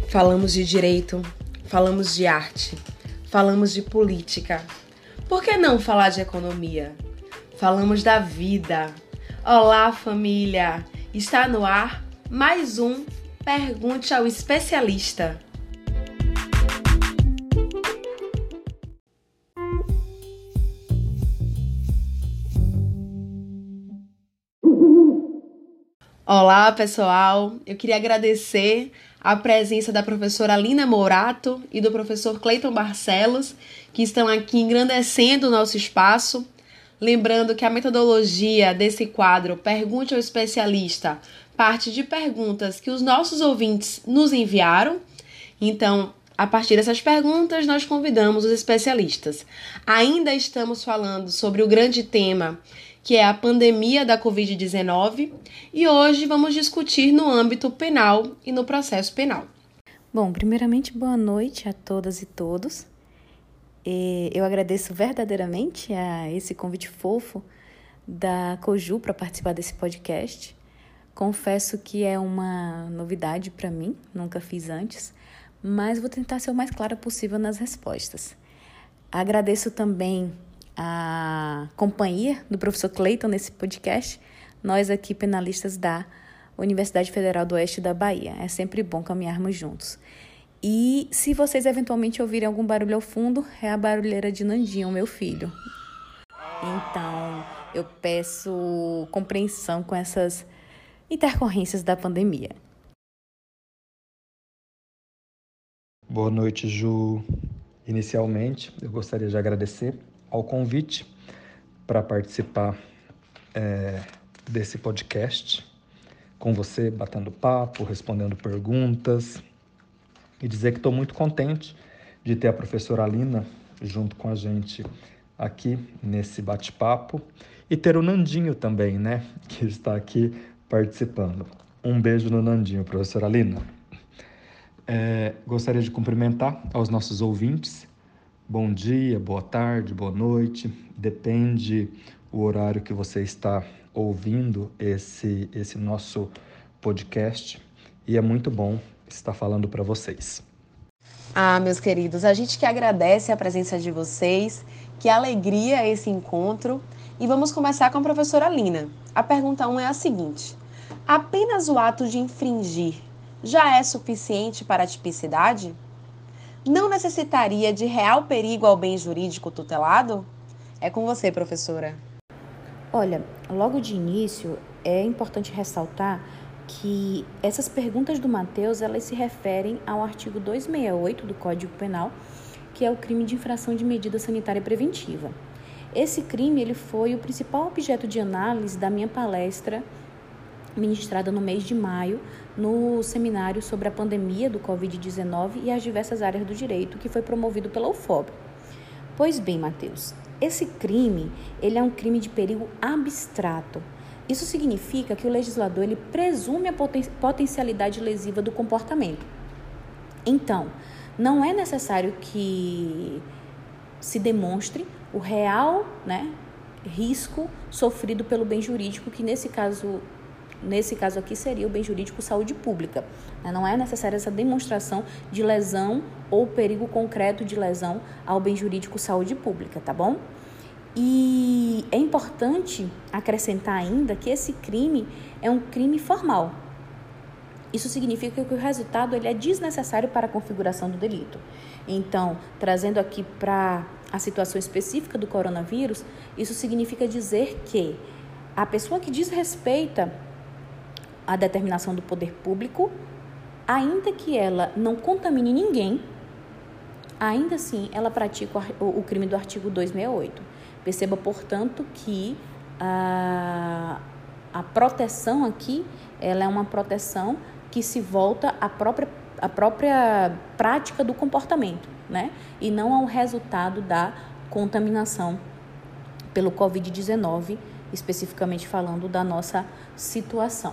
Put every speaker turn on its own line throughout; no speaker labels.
Falamos de direito, falamos de arte, falamos de política. Por que não falar de economia? Falamos da vida. Olá, família! Está no ar mais um Pergunte ao Especialista. Olá, pessoal! Eu queria agradecer a presença da professora Lina Mourato e do professor Cleiton Barcelos, que estão aqui engrandecendo o nosso espaço. Lembrando que a metodologia desse quadro Pergunte ao Especialista parte de perguntas que os nossos ouvintes nos enviaram. Então, a partir dessas perguntas, nós convidamos os especialistas. Ainda estamos falando sobre o grande tema, que é a pandemia da Covid-19, e hoje vamos discutir no âmbito penal e no processo penal.
Bom, primeiramente, boa noite a todas e todos. Eu agradeço verdadeiramente a esse convite fofo da Coju para participar desse podcast. Confesso que é uma novidade para mim, nunca fiz antes, mas vou tentar ser o mais clara possível nas respostas. Agradeço também a companhia do professor Cleiton nesse podcast, nós aqui penalistas da Universidade Federal do Oeste da Bahia. É sempre bom caminharmos juntos. E se vocês eventualmente ouvirem algum barulho ao fundo, é a barulheira de Nandinho, meu filho. Então, eu peço compreensão com essas intercorrências da pandemia.
Boa noite, Ju. Inicialmente, eu gostaria de agradecer ao convite para participar desse podcast com você, batendo papo, respondendo perguntas, e dizer que estou muito contente de ter a professora Lina junto com a gente aqui nesse bate-papo e ter o Nandinho também, né, que está aqui participando. Um beijo no Nandinho, professora Lina. Gostaria de cumprimentar aos nossos ouvintes. Bom dia, boa tarde, boa noite. Depende o horário que você está ouvindo esse nosso podcast. E é muito bom estar falando para vocês.
Meus queridos, a gente que agradece a presença de vocês, que alegria esse encontro. E vamos começar com a professora Lina. A pergunta 1 é a seguinte: apenas o ato de infringir já é suficiente para a tipicidade? Não necessitaria de real perigo ao bem jurídico tutelado? É com você, professora.
Olha, logo de início, é importante ressaltar que essas perguntas do Matheus, elas se referem ao artigo 268 do Código Penal, que é o crime de infração de medida sanitária preventiva. Esse crime, ele foi o principal objeto de análise da minha palestra ministrada no mês de maio, no seminário sobre a pandemia do Covid-19 e as diversas áreas do direito, que foi promovido pela UFOB. Pois bem, Matheus, esse crime, ele é um crime de perigo abstrato. Isso significa que o legislador, ele presume a potencialidade lesiva do comportamento. Então, não é necessário que se demonstre o real, risco sofrido pelo bem jurídico, que nesse caso aqui seria o bem jurídico saúde pública. Não é necessária essa demonstração de lesão ou perigo concreto de lesão ao bem jurídico saúde pública, tá bom? E é importante acrescentar ainda que esse crime é um crime formal. Isso significa que o resultado ele é desnecessário para a configuração do delito. Então, trazendo aqui para a situação específica do coronavírus, isso significa dizer que a pessoa que desrespeita a determinação do poder público, ainda que ela não contamine ninguém, ainda assim ela pratica o crime do artigo 268. Perceba, portanto, que a proteção aqui, ela é uma proteção que se volta à própria prática do comportamento, e não ao resultado da contaminação pelo Covid-19, especificamente falando da nossa situação.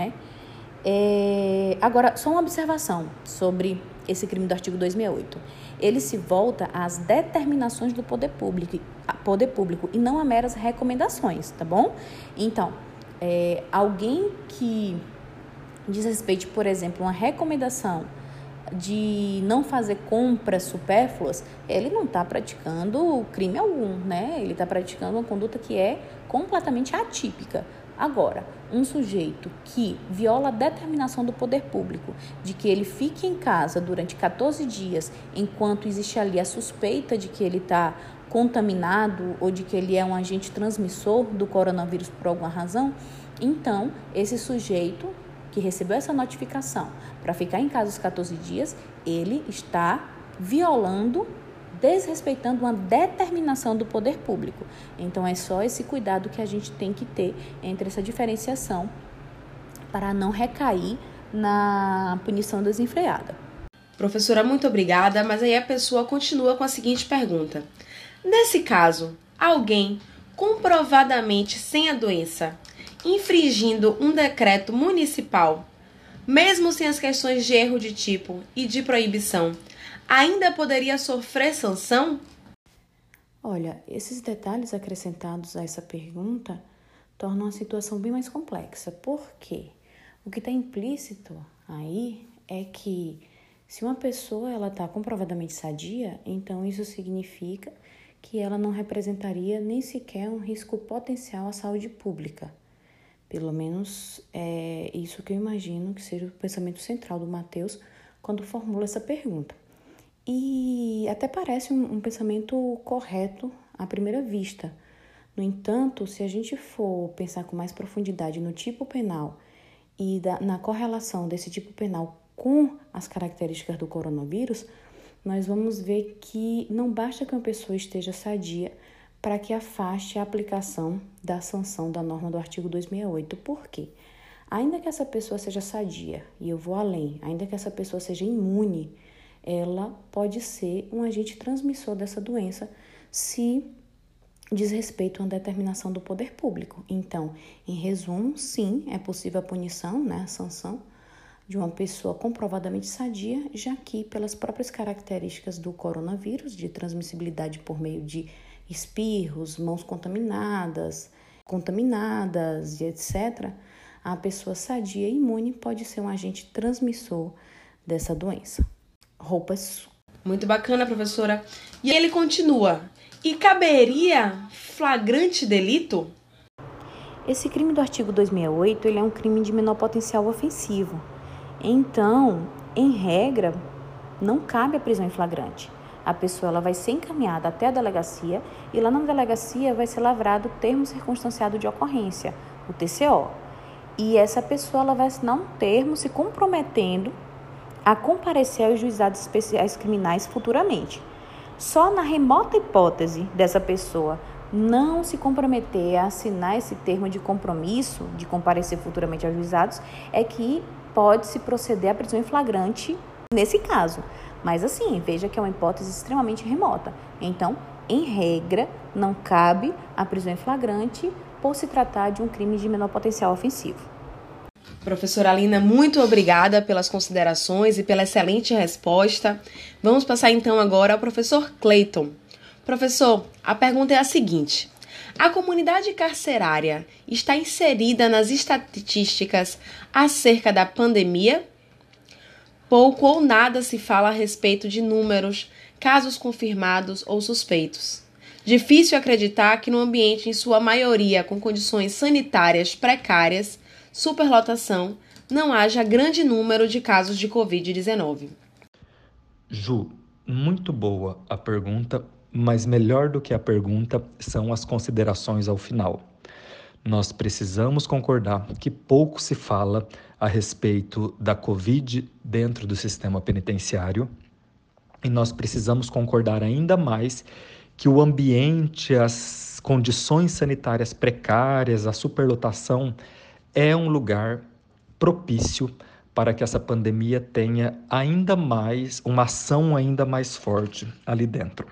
Agora, só uma observação sobre esse crime do artigo 268. Ele se volta às determinações do poder público e não a meras recomendações, tá bom? Então, alguém que desrespeite, por exemplo, uma recomendação de não fazer compras supérfluas, ele não está praticando crime algum, né? Ele está praticando uma conduta que é completamente atípica. Agora, um sujeito que viola a determinação do poder público de que ele fique em casa durante 14 dias, enquanto existe ali a suspeita de que ele está contaminado ou de que ele é um agente transmissor do coronavírus por alguma razão, então esse sujeito que recebeu essa notificação para ficar em casa os 14 dias, ele está violando, desrespeitando uma determinação do poder público. Então, é só esse cuidado que a gente tem que ter entre essa diferenciação para não recair na punição desenfreada.
Professora, muito obrigada, mas aí a pessoa continua com a seguinte pergunta. Nesse caso, alguém comprovadamente sem a doença, infringindo um decreto municipal, mesmo sem as questões de erro de tipo e de proibição, ainda poderia sofrer sanção?
Olha, esses detalhes acrescentados a essa pergunta tornam a situação bem mais complexa. Por quê? O que está implícito aí é que se uma pessoa está comprovadamente sadia, então isso significa que ela não representaria nem sequer um risco potencial à saúde pública. Pelo menos é isso que eu imagino que seja o pensamento central do Matheus quando formula essa pergunta. E até parece um pensamento correto à primeira vista. No entanto, se a gente for pensar com mais profundidade no tipo penal e na correlação desse tipo penal com as características do coronavírus, nós vamos ver que não basta que uma pessoa esteja sadia para que afaste a aplicação da sanção da norma do artigo 268. Por quê? Ainda que essa pessoa seja sadia, e eu vou além, ainda que essa pessoa seja imune, ela pode ser um agente transmissor dessa doença se diz respeito a uma determinação do poder público. Então, em resumo, sim, é possível a punição, a sanção de uma pessoa comprovadamente sadia, já que pelas próprias características do coronavírus, de transmissibilidade por meio de espirros, mãos contaminadas e etc., a pessoa sadia e imune pode ser um agente transmissor dessa doença. Roupas.
Muito bacana, professora. E ele continua. E caberia flagrante delito?
Esse crime do artigo 268, ele é um crime de menor potencial ofensivo. Então, em regra, não cabe a prisão em flagrante. A pessoa ela vai ser encaminhada até a delegacia e lá na delegacia vai ser lavrado o termo circunstanciado de ocorrência, o TCO. E essa pessoa ela vai assinar um termo se comprometendo a comparecer aos juizados especiais criminais futuramente. Só na remota hipótese dessa pessoa não se comprometer a assinar esse termo de compromisso de comparecer futuramente aos juizados é que pode-se proceder à prisão em flagrante nesse caso. Mas assim, veja que é uma hipótese extremamente remota. Então, em regra, não cabe a prisão em flagrante por se tratar de um crime de menor potencial ofensivo.
Professora Lina, muito obrigada pelas considerações e pela excelente resposta. Vamos passar então agora ao professor Cleiton. Professor, a pergunta é a seguinte. A comunidade carcerária está inserida nas estatísticas acerca da pandemia? Pouco ou nada se fala a respeito de números, casos confirmados ou suspeitos. Difícil acreditar que no ambiente, em sua maioria, com condições sanitárias precárias, superlotação, não haja grande número de casos de Covid-19.
Ju, muito boa a pergunta, mas melhor do que a pergunta são as considerações ao final. Nós precisamos concordar que pouco se fala a respeito da Covid dentro do sistema penitenciário e nós precisamos concordar ainda mais que o ambiente, as condições sanitárias precárias, a superlotação é um lugar propício para que essa pandemia tenha ainda mais, uma ação ainda mais forte ali dentro.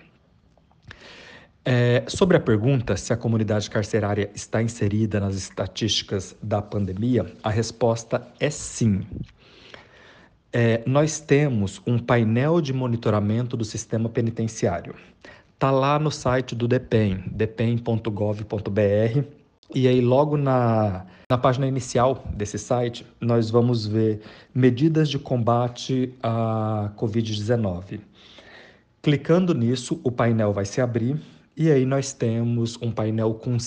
Sobre a pergunta se a comunidade carcerária está inserida nas estatísticas da pandemia, a resposta é sim. Nós temos um painel de monitoramento do sistema penitenciário. Está lá no site do DEPEN, depem.gov.br, E aí, logo na página inicial desse site, nós vamos ver medidas de combate à Covid-19. Clicando nisso, o painel vai se abrir e aí nós temos um painel com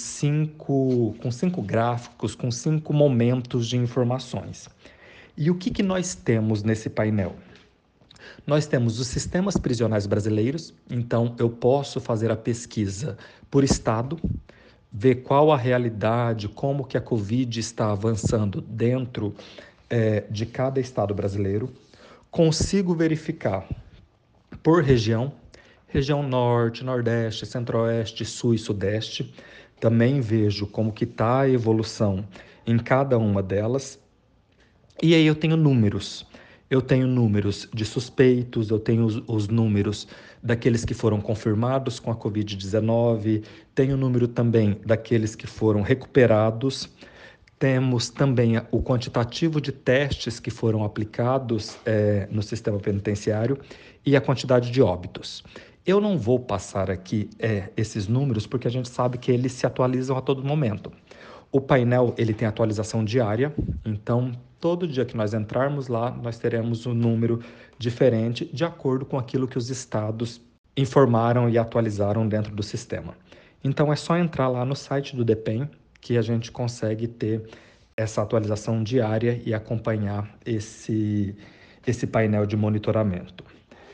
cinco gráficos, com 5 momentos de informações. E o que nós temos nesse painel? Nós temos os sistemas prisionais brasileiros, então eu posso fazer a pesquisa por estado, ver qual a realidade, como que a Covid está avançando dentro de cada estado brasileiro. Consigo verificar por região, região norte, nordeste, centro-oeste, sul e sudeste. Também vejo como que está a evolução em cada uma delas. E aí eu tenho números. Eu tenho números de suspeitos, eu tenho os números daqueles que foram confirmados com a Covid-19, tenho o número também daqueles que foram recuperados. Temos também o quantitativo de testes que foram aplicados no sistema penitenciário e a quantidade de óbitos. Eu não vou passar aqui esses números porque a gente sabe que eles se atualizam a todo momento. O painel ele tem atualização diária, então todo dia que nós entrarmos lá, nós teremos um número diferente de acordo com aquilo que os estados informaram e atualizaram dentro do sistema. Então é só entrar lá no site do DEPEN que a gente consegue ter essa atualização diária e acompanhar esse painel de monitoramento.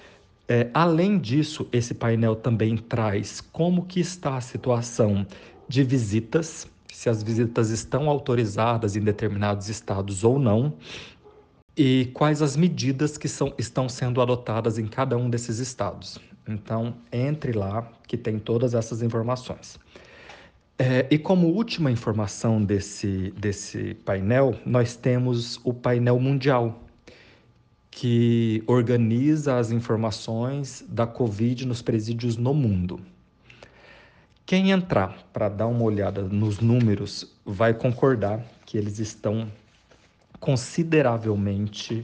Além disso, esse painel também traz como que está a situação de visitas, se as visitas estão autorizadas em determinados estados ou não, e quais as medidas que estão sendo adotadas em cada um desses estados. Então, entre lá, que tem todas essas informações. E como última informação desse painel, nós temos o painel mundial, que organiza as informações da Covid nos presídios no mundo. Quem entrar para dar uma olhada nos números vai concordar que eles estão consideravelmente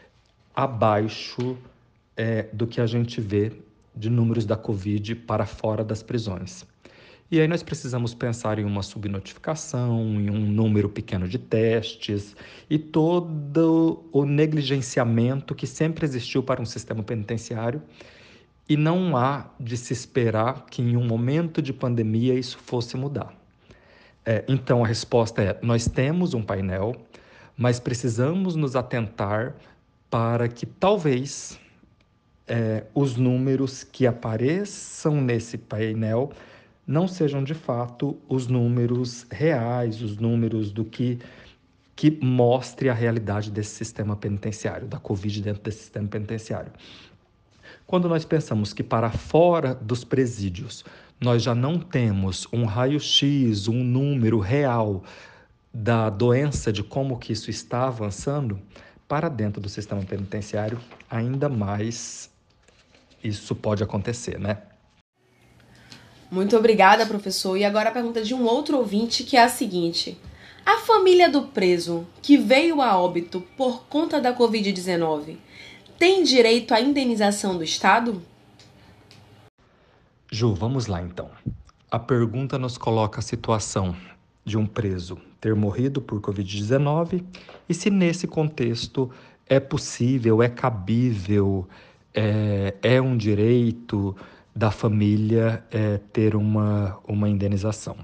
abaixo do que a gente vê de números da Covid para fora das prisões. E aí nós precisamos pensar em uma subnotificação, em um número pequeno de testes e todo o negligenciamento que sempre existiu para um sistema penitenciário, e não há de se esperar que em um momento de pandemia isso fosse mudar. Então a resposta é: nós temos um painel, mas precisamos nos atentar para que talvez os números que apareçam nesse painel não sejam de fato os números reais, os números do que mostre a realidade desse sistema penitenciário, da Covid dentro desse sistema penitenciário. Quando nós pensamos que para fora dos presídios nós já não temos um raio-x, um número real da doença, de como que isso está avançando, para dentro do sistema penitenciário ainda mais isso pode acontecer, né?
Muito obrigada, professor. E agora a pergunta de um outro ouvinte, que é a seguinte: a família do preso que veio a óbito por conta da Covid-19 tem direito à indenização do Estado?
Ju, vamos lá então. A pergunta nos coloca a situação de um preso ter morrido por Covid-19 e se nesse contexto é possível, é cabível, é um direito da família ter uma indenização.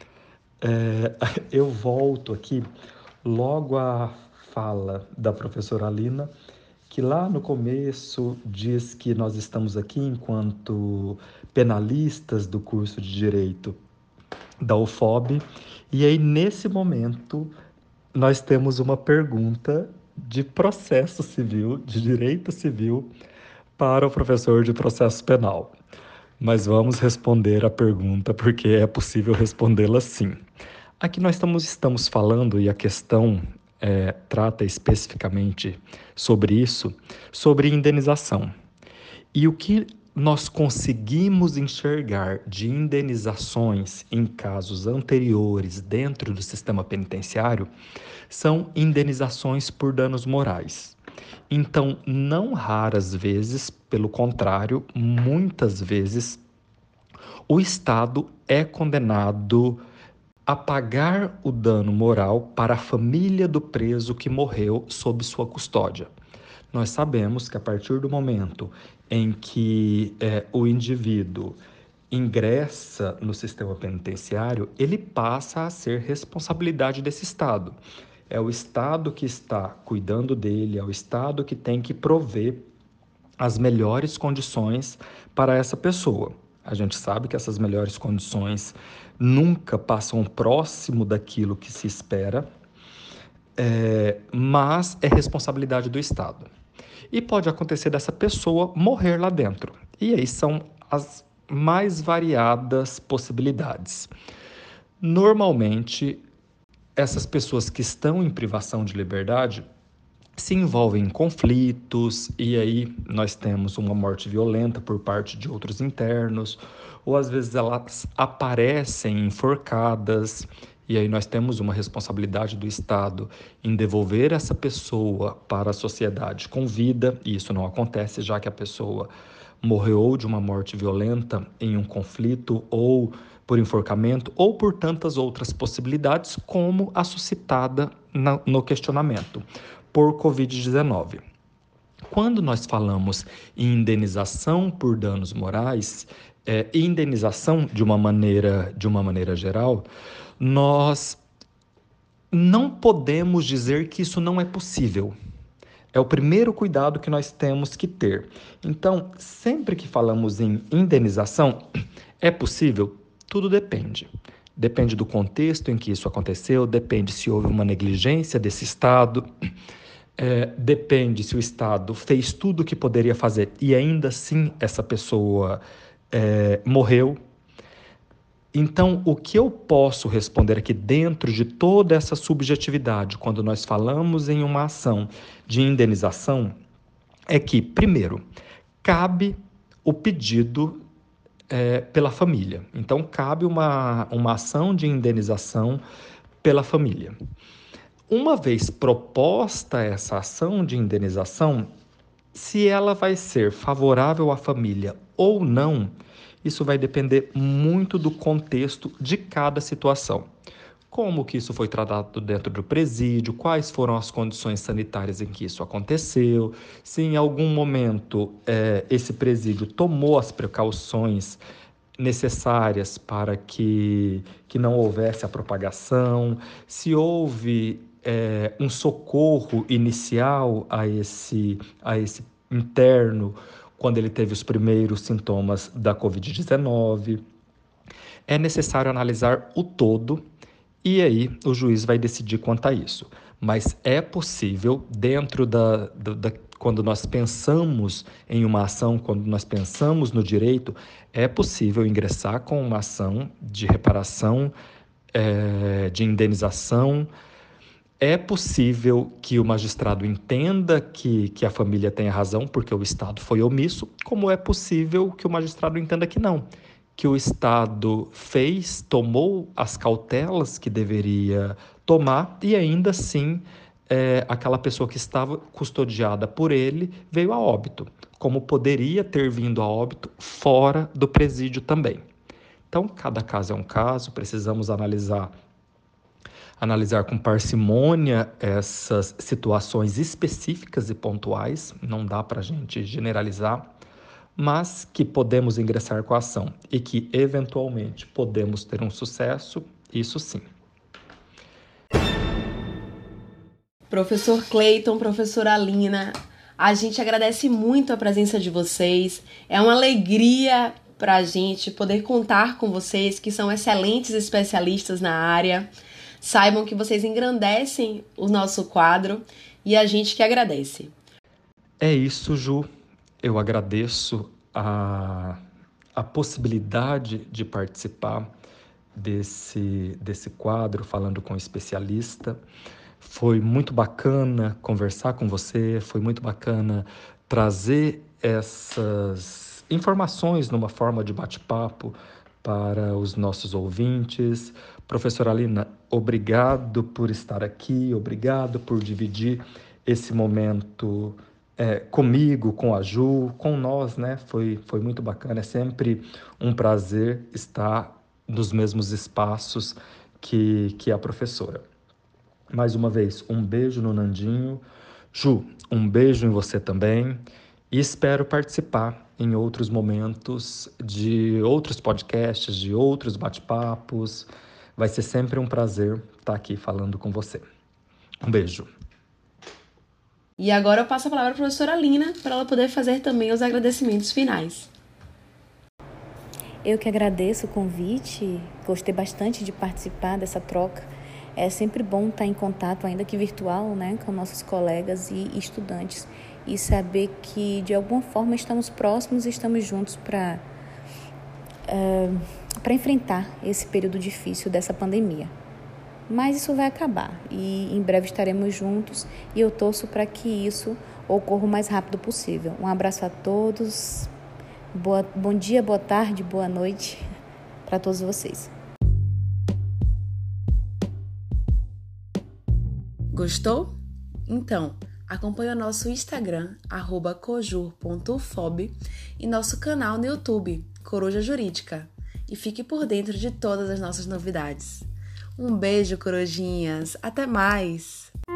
Eu volto aqui logo à fala da professora Alina, que lá no começo diz que nós estamos aqui enquanto penalistas do curso de Direito da UFOB, e aí nesse momento nós temos uma pergunta de processo civil, de direito civil, para o professor de processo penal. Mas vamos responder a pergunta porque é possível respondê-la sim. Aqui nós estamos falando, e a questão trata especificamente sobre isso, sobre indenização. E o que nós conseguimos enxergar de indenizações em casos anteriores dentro do sistema penitenciário são indenizações por danos morais. Então, não raras vezes, pelo contrário, muitas vezes, o Estado é condenado a pagar o dano moral para a família do preso que morreu sob sua custódia. Nós sabemos que a partir do momento em que o indivíduo ingressa no sistema penitenciário, ele passa a ser responsabilidade desse Estado. É o Estado que está cuidando dele, é o Estado que tem que prover as melhores condições para essa pessoa. A gente sabe que essas melhores condições nunca passam próximo daquilo que se espera, mas é responsabilidade do Estado. E pode acontecer dessa pessoa morrer lá dentro. E aí são as mais variadas possibilidades. Normalmente, essas pessoas que estão em privação de liberdade se envolvem em conflitos, e aí nós temos uma morte violenta por parte de outros internos, ou às vezes elas aparecem enforcadas, e aí nós temos uma responsabilidade do Estado em devolver essa pessoa para a sociedade com vida, e isso não acontece já que a pessoa morreu de uma morte violenta em um conflito ou por enforcamento ou por tantas outras possibilidades como a suscitada no questionamento por Covid-19. Quando nós falamos em indenização por danos morais, indenização de uma maneira geral, nós não podemos dizer que isso não é possível. É o primeiro cuidado que nós temos que ter. Então, sempre que falamos em indenização, é possível? Tudo depende. Depende do contexto em que isso aconteceu, depende se houve uma negligência desse Estado, depende se o Estado fez tudo o que poderia fazer e ainda assim essa pessoa morreu. Então, o que eu posso responder aqui dentro de toda essa subjetividade, quando nós falamos em uma ação de indenização, é que, primeiro, cabe o pedido pela família. Então, cabe uma ação de indenização pela família. Uma vez proposta essa ação de indenização, se ela vai ser favorável à família ou não, isso vai depender muito do contexto de cada situação. Como que isso foi tratado dentro do presídio, quais foram as condições sanitárias em que isso aconteceu, se em algum momento esse presídio tomou as precauções necessárias para que não houvesse a propagação, se houve um socorro inicial a esse interno quando ele teve os primeiros sintomas da Covid-19. É necessário analisar o todo e aí o juiz vai decidir quanto a isso. Mas é possível, dentro quando nós pensamos em uma ação, quando nós pensamos no direito, é possível ingressar com uma ação de reparação, de indenização. É possível que o magistrado entenda que a família tenha razão porque o Estado foi omisso, como é possível que o magistrado entenda que não, que o Estado tomou as cautelas que deveria tomar e ainda assim aquela pessoa que estava custodiada por ele veio a óbito, como poderia ter vindo a óbito fora do presídio também. Então, cada caso é um caso, precisamos analisar com parcimônia essas situações específicas e pontuais, não dá para a gente generalizar, mas que podemos ingressar com a ação e que, eventualmente, podemos ter um sucesso, isso sim.
Professor Cleiton, professora Alina, a gente agradece muito a presença de vocês. É uma alegria para a gente poder contar com vocês, que são excelentes especialistas na área. Saibam que vocês engrandecem o nosso quadro e a gente que agradece.
É isso, Ju. Eu agradeço a possibilidade de participar desse quadro, falando com especialista. Foi muito bacana conversar com você, foi muito bacana trazer essas informações numa forma de bate-papo para os nossos ouvintes. Professora Alina, obrigado por estar aqui, obrigado por dividir esse momento comigo, com a Ju, com nós, né? Foi muito bacana, é sempre um prazer estar nos mesmos espaços que a professora. Mais uma vez, um beijo no Nandinho. Ju, um beijo em você também. E espero participar em outros momentos de outros podcasts, de outros bate-papos. Vai ser sempre um prazer estar aqui falando com você. Um beijo.
E agora eu passo a palavra à professora Lina para ela poder fazer também os agradecimentos finais.
Eu que agradeço o convite, gostei bastante de participar dessa troca. É sempre bom estar em contato, ainda que virtual, né, com nossos colegas e estudantes e saber que, de alguma forma, estamos próximos e estamos juntos para enfrentar esse período difícil dessa pandemia. Mas isso vai acabar e em breve estaremos juntos e eu torço para que isso ocorra o mais rápido possível. Um abraço a todos, bom dia, boa tarde, boa noite para todos vocês.
Gostou? Então, acompanhe o nosso Instagram, @cojur.ufob, e nosso canal no YouTube, Coruja Jurídica, e fique por dentro de todas as nossas novidades. Um beijo, corujinhas! Até mais!